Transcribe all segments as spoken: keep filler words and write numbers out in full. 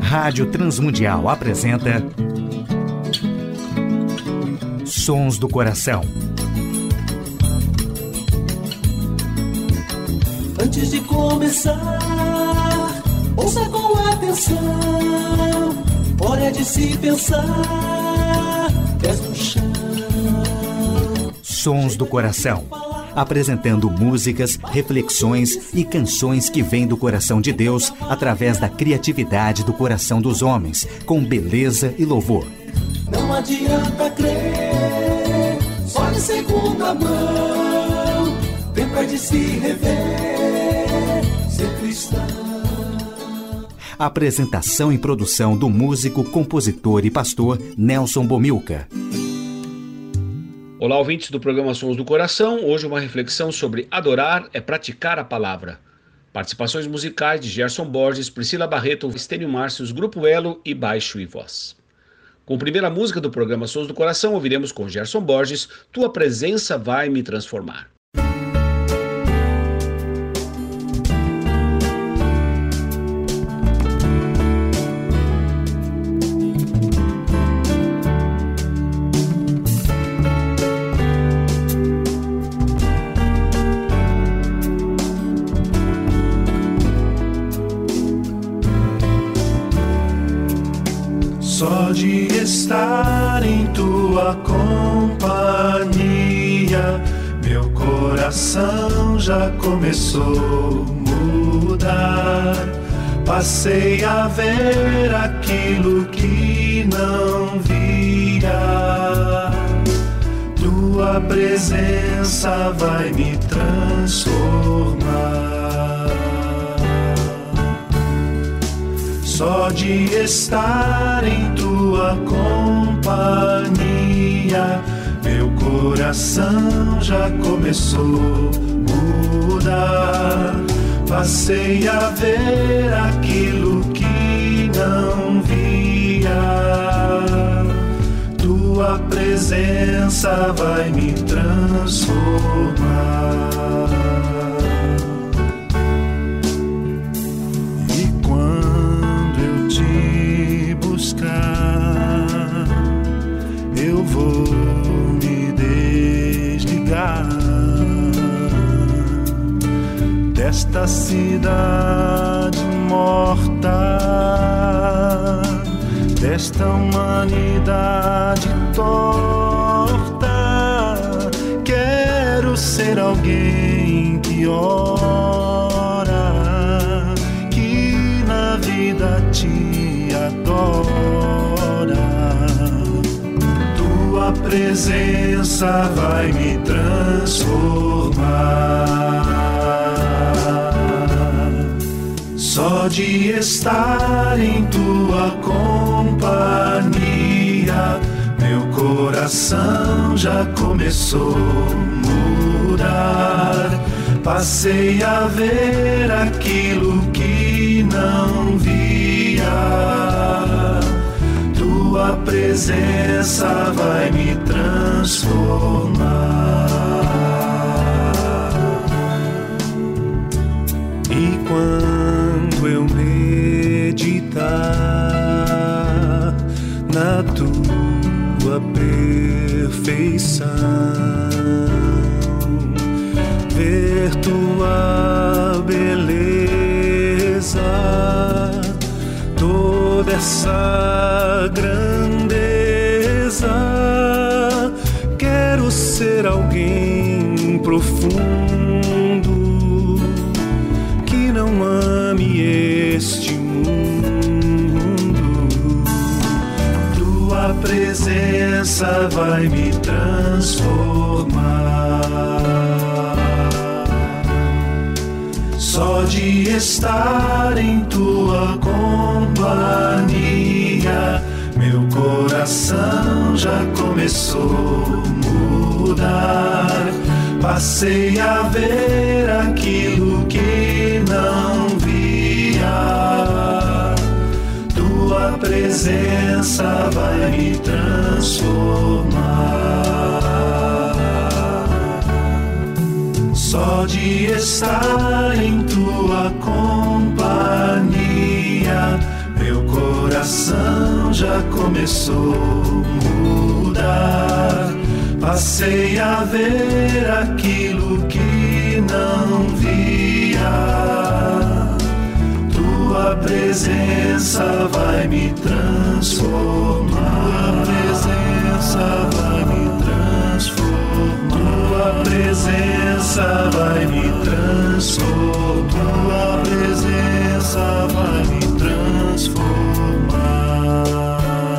Rádio Transmundial apresenta Sons do Coração. Antes de começar, ouça com atenção. Hora de se pensar, pés no chão. Sons do Coração. Apresentando músicas, reflexões e canções que vêm do coração de Deus através da criatividade do coração dos homens, com beleza e louvor. Não adianta crer, só de segunda mão. Tempo é de se rever, ser cristão. Apresentação e produção do músico, compositor e pastor Nelson Bomilca. Olá, ouvintes do programa Sons do Coração. Hoje uma reflexão sobre adorar é praticar a palavra. Participações musicais de Gerson Borges, Priscila Barreto, Estênio Márcios, Grupo Elo e Baixo e Voz. Com a primeira música do programa Sons do Coração, ouviremos com Gerson Borges, Tua Presença Vai Me Transformar. Só de estar em tua companhia, meu coração já começou a mudar. Passei a ver aquilo que não via. Tua presença vai me transformar. Só de estar em tua companhia, meu coração já começou a mudar. Passei a ver aquilo que não via. Tua presença vai me transformar. Eu vou me desligar desta cidade morta, desta humanidade torta. Quero ser alguém que ora, que na vida te adora. Tua presença vai me transformar. Só de estar em tua companhia, meu coração já começou a mudar. Passei a ver aquilo que não via. Tua presença vai me transformar. E quando eu meditar na tua perfeição, ver tua beleza, toda essa grandeza, quero ser alguém profundo que não ame este mundo. Tua presença vai me transformar. Só de estar em tua companhia, meu coração já começou a mudar. Passei a ver aquilo que não via. Tua presença vai me transformar. Só de estar em tua companhia, meu coração já começou a mudar. Passei a ver aquilo que não via. Tua presença vai me transformar. Tua presença vai me transformar. Tua presença vai me transformar. Tua presença vai me transformar.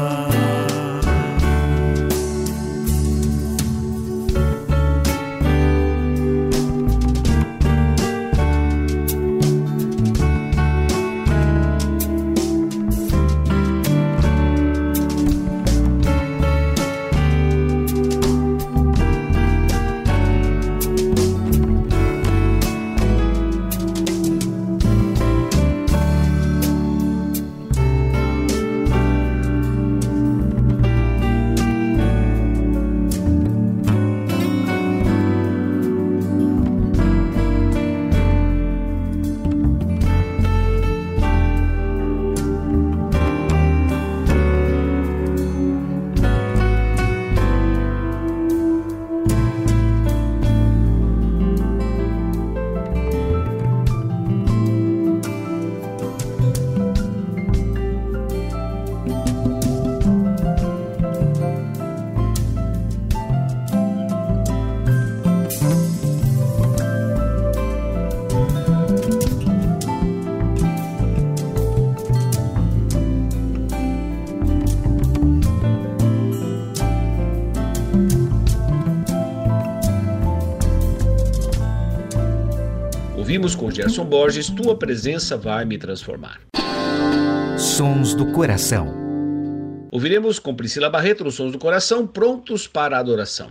Ouvimos com Gerson Borges, Tua Presença Vai Me Transformar. Sons do Coração. Ouviremos com Priscila Barreto nos Sons do Coração, Prontos para a Adoração.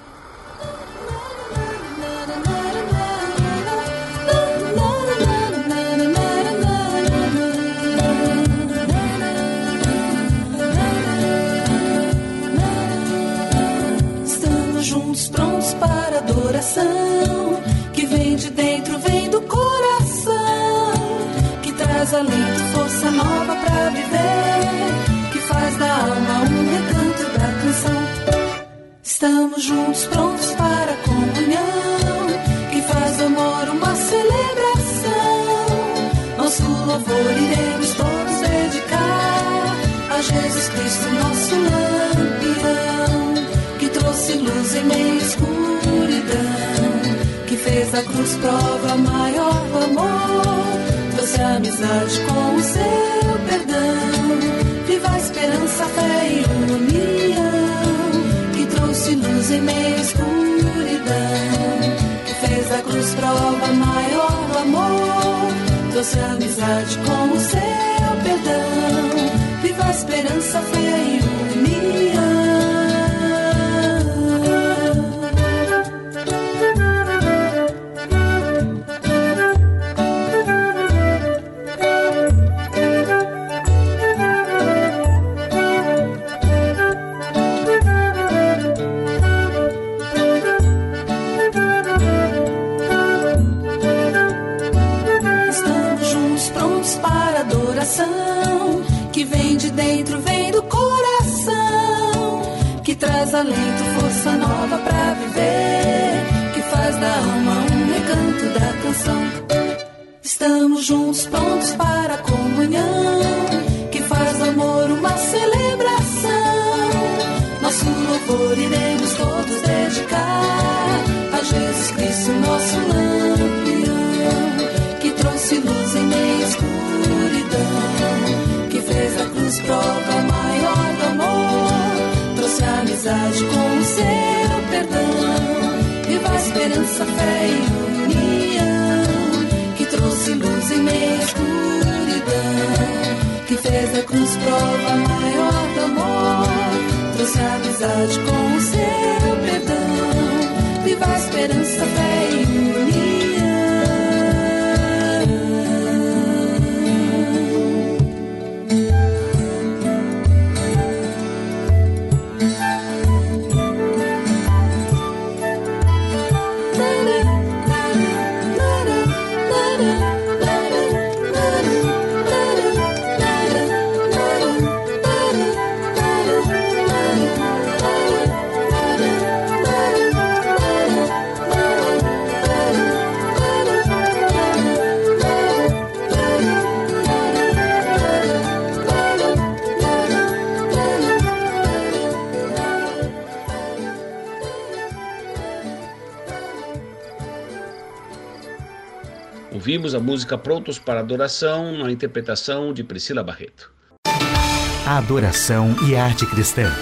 Estamos juntos, prontos para a adoração, que vem de dentro, vem do coração, que traz alento, força nova pra viver, que faz da alma um recanto da canção. Estamos juntos, prontos para a comunhão, que faz do amor uma celebração. Nosso louvor iremos todos dedicar a Jesus Cristo, nosso lampião, que trouxe luz em meio à escuridão, que fez a cruz prova maior do amor, trouxe a amizade com o seu perdão. Viva a esperança, a fé e união, que trouxe luz em meio à escuridão, que fez a cruz prova maior do amor, trouxe a amizade com o seu perdão. Viva a esperança, a fé e união. Que vem de dentro, vem do coração, que traz alento, força nova pra viver, que faz da alma um recanto da canção. Estamos juntos, prontos para a comunhão, que faz do amor uma celebração. Nosso louvor iremos todos dedicar a Jesus Cristo, nosso lampião, que trouxe luz em meio à escuridão, que fez a cruz prova maior do amor, trouxe a amizade com o seu perdão. Viva a esperança, fé e união, que trouxe luz em meio à escuridão, que fez a cruz prova maior do amor, trouxe a amizade com o seu perdão. Viva a esperança, fé e união. Ouvimos a música Prontos para Adoração, na interpretação de Priscila Barreto. A adoração e a arte cristã.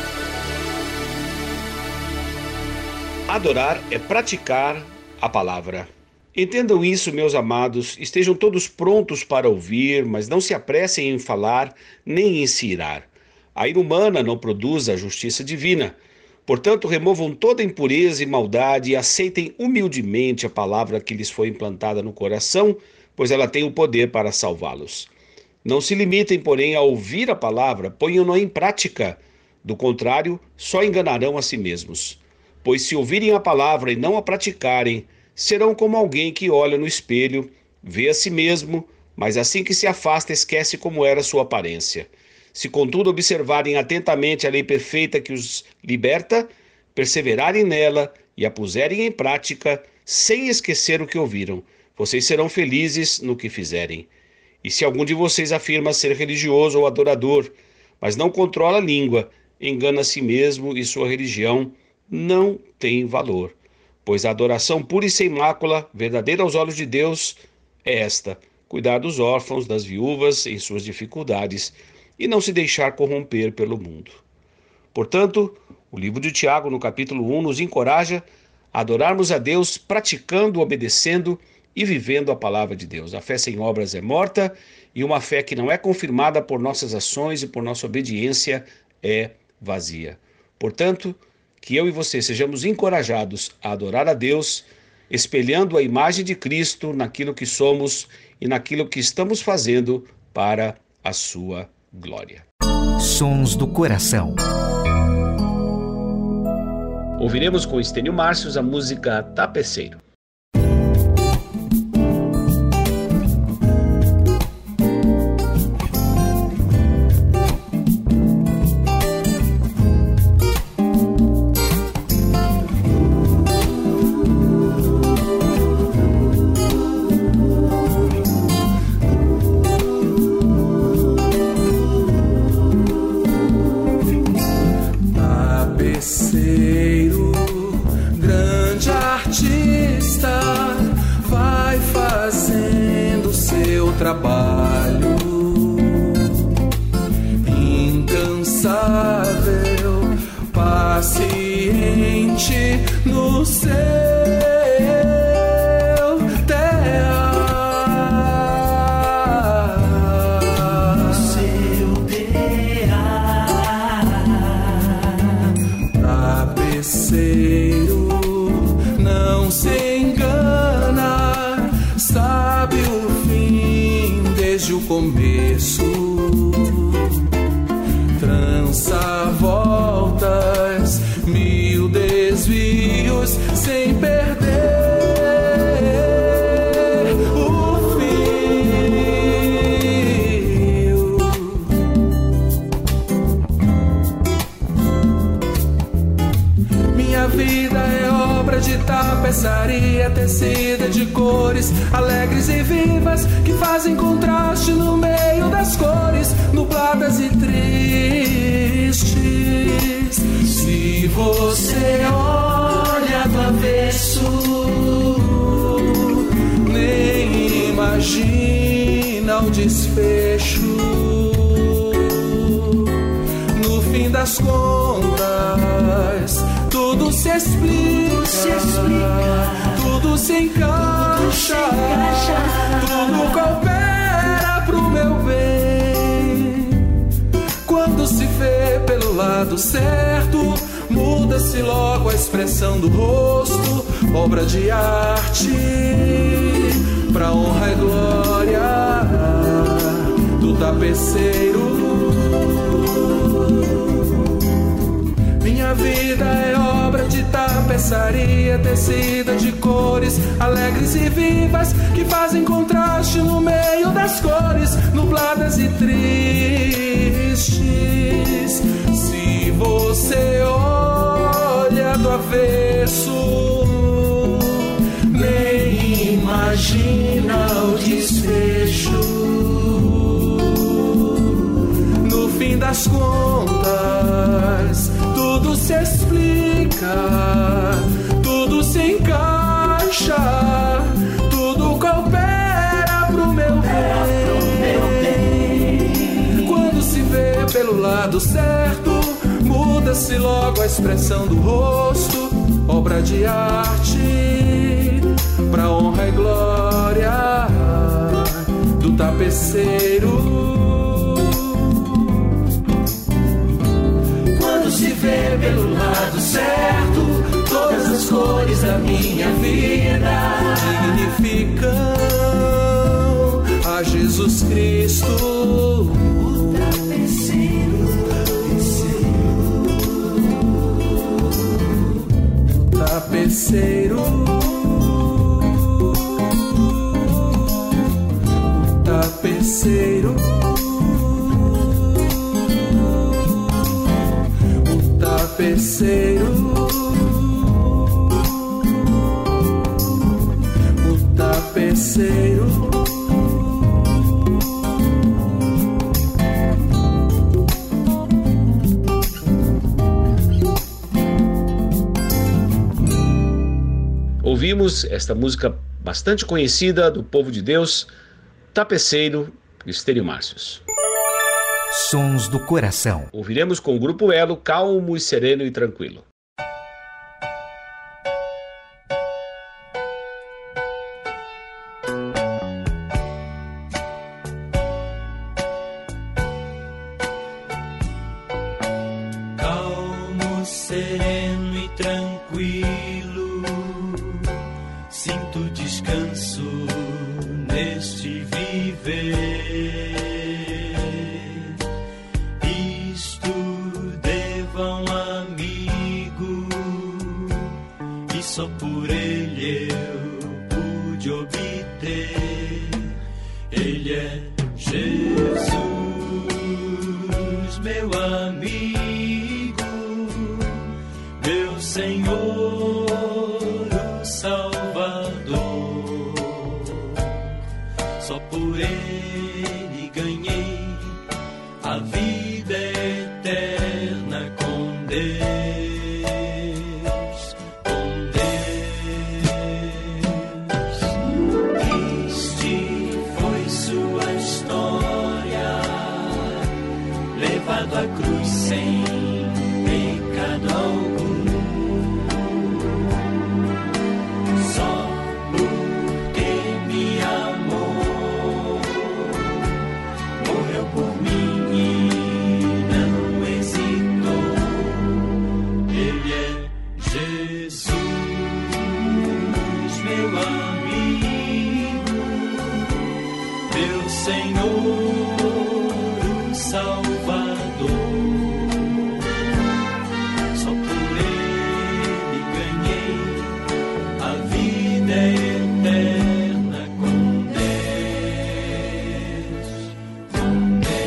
Adorar é praticar a palavra. Entendam isso, meus amados, estejam todos prontos para ouvir, mas não se apressem em falar nem em se irar. A ira humana não produz a justiça divina. Portanto, removam toda impureza e maldade e aceitem humildemente a palavra que lhes foi implantada no coração, pois ela tem o poder para salvá-los. Não se limitem, porém, a ouvir a palavra, ponham-na em prática. Do contrário, só enganarão a si mesmos. Pois se ouvirem a palavra e não a praticarem, serão como alguém que olha no espelho, vê a si mesmo, mas assim que se afasta esquece como era sua aparência. Se contudo observarem atentamente a lei perfeita que os liberta, perseverarem nela e a puserem em prática, sem esquecer o que ouviram, vocês serão felizes no que fizerem. E se algum de vocês afirma ser religioso ou adorador, mas não controla a língua, engana a si mesmo e sua religião não tem valor. Pois a adoração pura e sem mácula, verdadeira aos olhos de Deus, é esta: cuidar dos órfãos, das viúvas em suas dificuldades e não se deixar corromper pelo mundo. Portanto, o livro de Tiago, no capítulo um, nos encoraja a adorarmos a Deus praticando, obedecendo e vivendo a palavra de Deus. A fé sem obras é morta e uma fé que não é confirmada por nossas ações e por nossa obediência é vazia. Portanto, que eu e você sejamos encorajados a adorar a Deus, espelhando a imagem de Cristo naquilo que somos e naquilo que estamos fazendo para a sua glória. Sons do coração. Ouviremos com Estênio Márcios a música Tapeceiro. Grande artista, vai fazendo seu trabalho, incansável, paciente no seu tear, no seu tear, tapeceiro. Não se engana, sabe o fim desde o começo. Trança voltas, mil desvios, sem perder o fio. Minha vida é obra de tapeçaria tecida de cores alegres e vivas que fazem contraste no meio das cores nubladas e tristes. Se você olha do avesso, nem imagina o desfecho. No fim das contas, tudo se explica, se explica, tudo se encaixa, tudo, se encaixa, tudo coopera pro meu bem. Quando se vê pelo lado certo, muda-se logo a expressão do rosto, obra de arte, pra honra e glória do tapeceiro. Minha vida é obra de tapeçaria tecida de cores alegres e vivas que fazem contraste no meio das cores nubladas e tristes. Se você olha do avesso, nem imagina o desfecho. No fim das contas, tudo se explica, tudo se encaixa, tudo coopera pelo lado certo, muda-se logo a expressão do rosto. Obra de arte, pra honra e glória do tapeceiro. Quando se vê pelo lado certo, todas as cores da minha vida significam a Jesus Cristo, o tapeceiro, o tapeceiro, o tapeceiro, o tapeceiro, o tapeceiro. Ouvimos esta música bastante conhecida do povo de Deus, Tapeceiro, de Estênio Márcios. Sons do Coração. Ouviremos com o Grupo Elo, Calmo e Sereno e Tranquilo. Calmo, sereno e tranquilo, sinto descanso neste viver. Isto devo a um amigo, e só por ele eu pude obter. Ele é Jesus, meu amigo, meu Senhor, o Salvador. Só por ele ganhei a vida eterna com Deus, com Deus. Este foi sua história, levado à cruz sem pecado algum. Só porque me amou, morreu por mim e não hesitou. Ele é Jesus, meu amigo, meu Senhor, o Salvador. Só por ele ganhei a vida eterna com Deus, com Deus.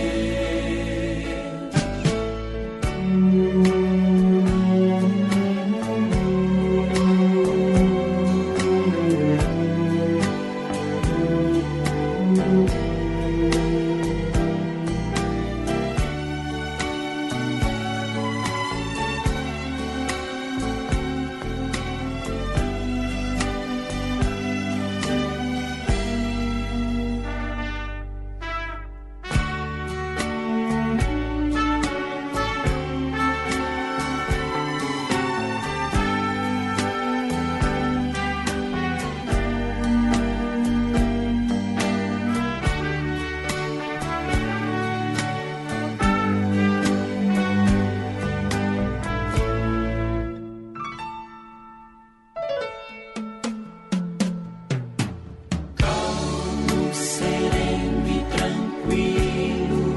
Calmo, sereno e tranquilo,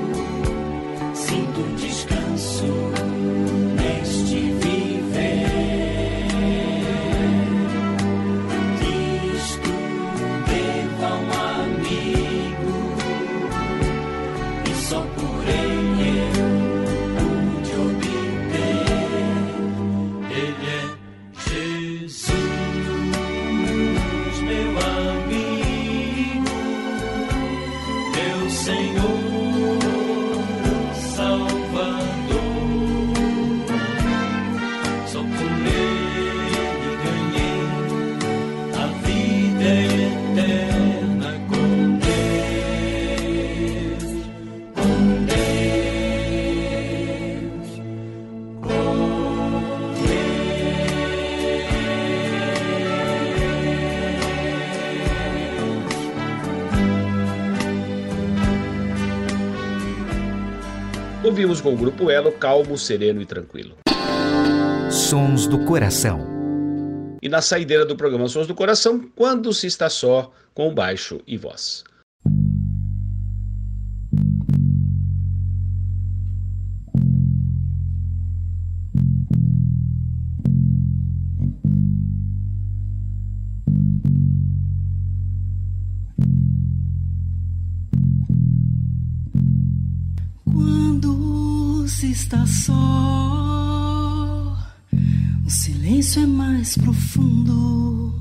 sinto descanso neste viver. Isto devo a um amigo, e só por ele eu pude obter. Ele é Jesus, meu amigo, meu Senhor, o Salvador. Só por ele ganhei a vida eterna com Deus, com Deus. Ouvimos com o Grupo Elo, Calmo, Sereno e Tranquilo. Sons do Coração. E na saideira do programa Sons do Coração, Quando se está só, com baixo e voz. Quando se está só, o silêncio é mais profundo,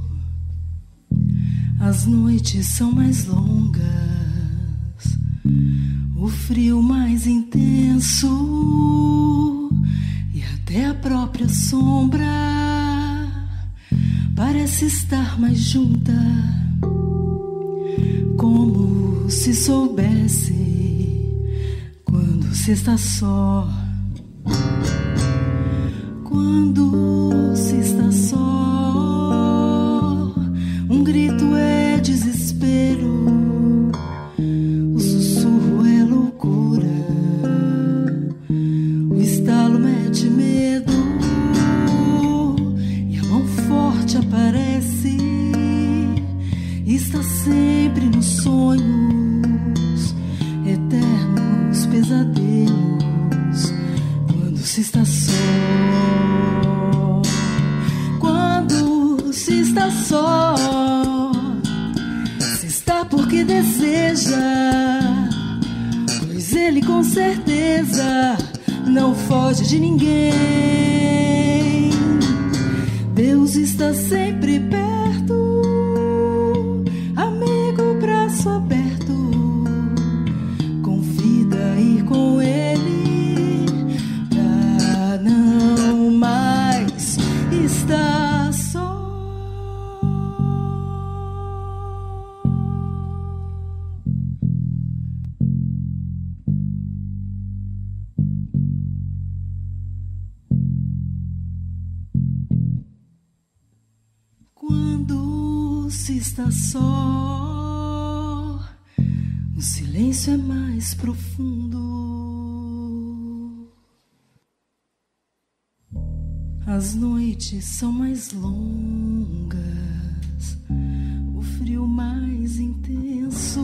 as noites são mais longas, o frio mais intenso, e até a própria sombra parece estar mais junta, como se soubesse quando se está só. Quando se está só, um grito é desespero, o sussurro é loucura, o estalo mete medo, e a mão forte aparece, está sempre nos sonhos, eternos pesadelos, quando se está só. Quando se está só, se está porque deseja, pois ele com certeza não foge de ninguém. Deus está sempre perto, amigo, braço aberto, convida a ir com ele pra não mais estar só. Quando se está só, o silêncio é mais profundo, as noites são mais longas, o frio mais intenso,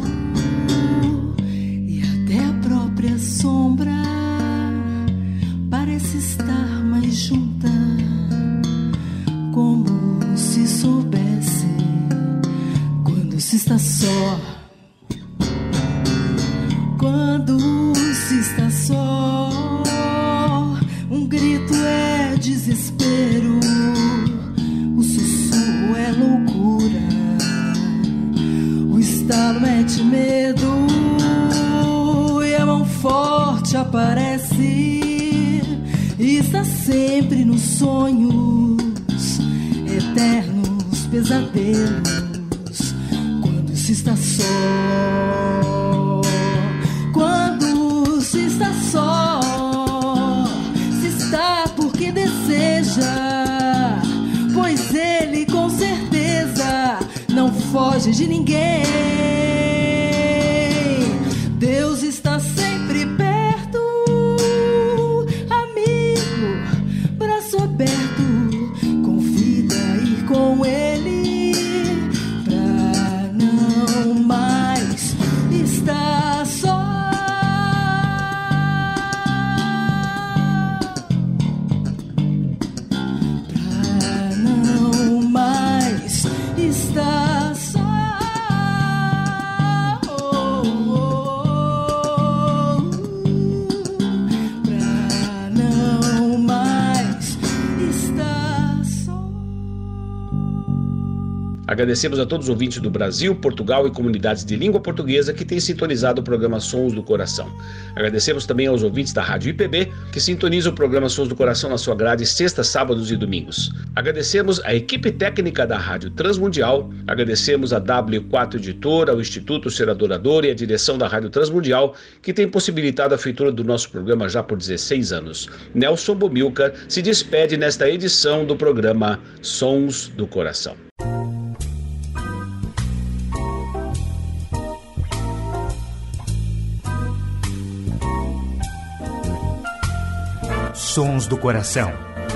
e até a própria sombra parece estar mais junta, como se soubesse quando se está só. Quando se está só, um grito é desespero, o sussurro é loucura, o estalo mete medo, e a mão forte aparece, e está sempre nos sonhos, eternos pesadelos, quando se está só. Quando se está só, se está porque deseja, pois ele com certeza não foge de ninguém. Deus está sempre perto, amigo, braço aberto, convida a ir com ele pra não mais estar só. Pra não mais estar só. Oh, oh, oh. Pra não mais estar só. Agradecemos a todos os ouvintes do Brasil, Portugal e comunidades de língua portuguesa que têm sintonizado o programa Sons do Coração. Agradecemos também aos ouvintes da Rádio I P B, que sintonizam o programa Sons do Coração na sua grade sextas, sábados e domingos. Agradecemos a equipe técnica da Rádio Transmundial, agradecemos a W quatro Editora, ao Instituto Ser Adorador e a direção da Rádio Transmundial, que tem possibilitado a feitura do nosso programa já por dezesseis anos. Nelson Bomilcar se despede nesta edição do programa Sons do Coração. Sons do Coração.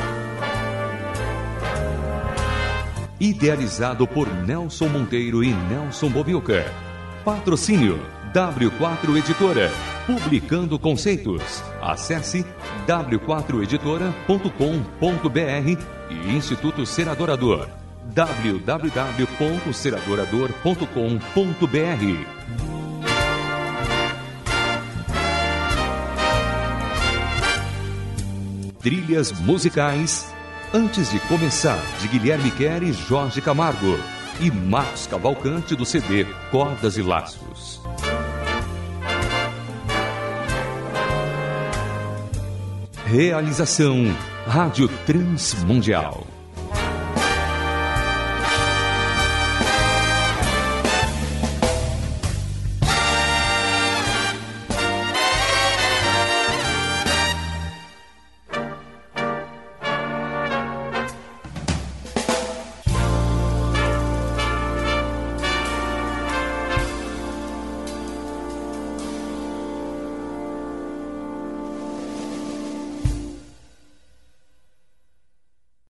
Idealizado por Nelson Monteiro e Nelson Bobilca. Patrocínio W quatro Editora. Publicando conceitos. Acesse w quatro editora ponto com ponto b r e Instituto Seradorador. w w w ponto seradorador ponto com ponto b r. Trilhas musicais Antes de Começar, de Guilherme Quer e Jorge Camargo, e Marcos Cavalcante do C D Cordas e Laços. Realização Rádio Transmundial.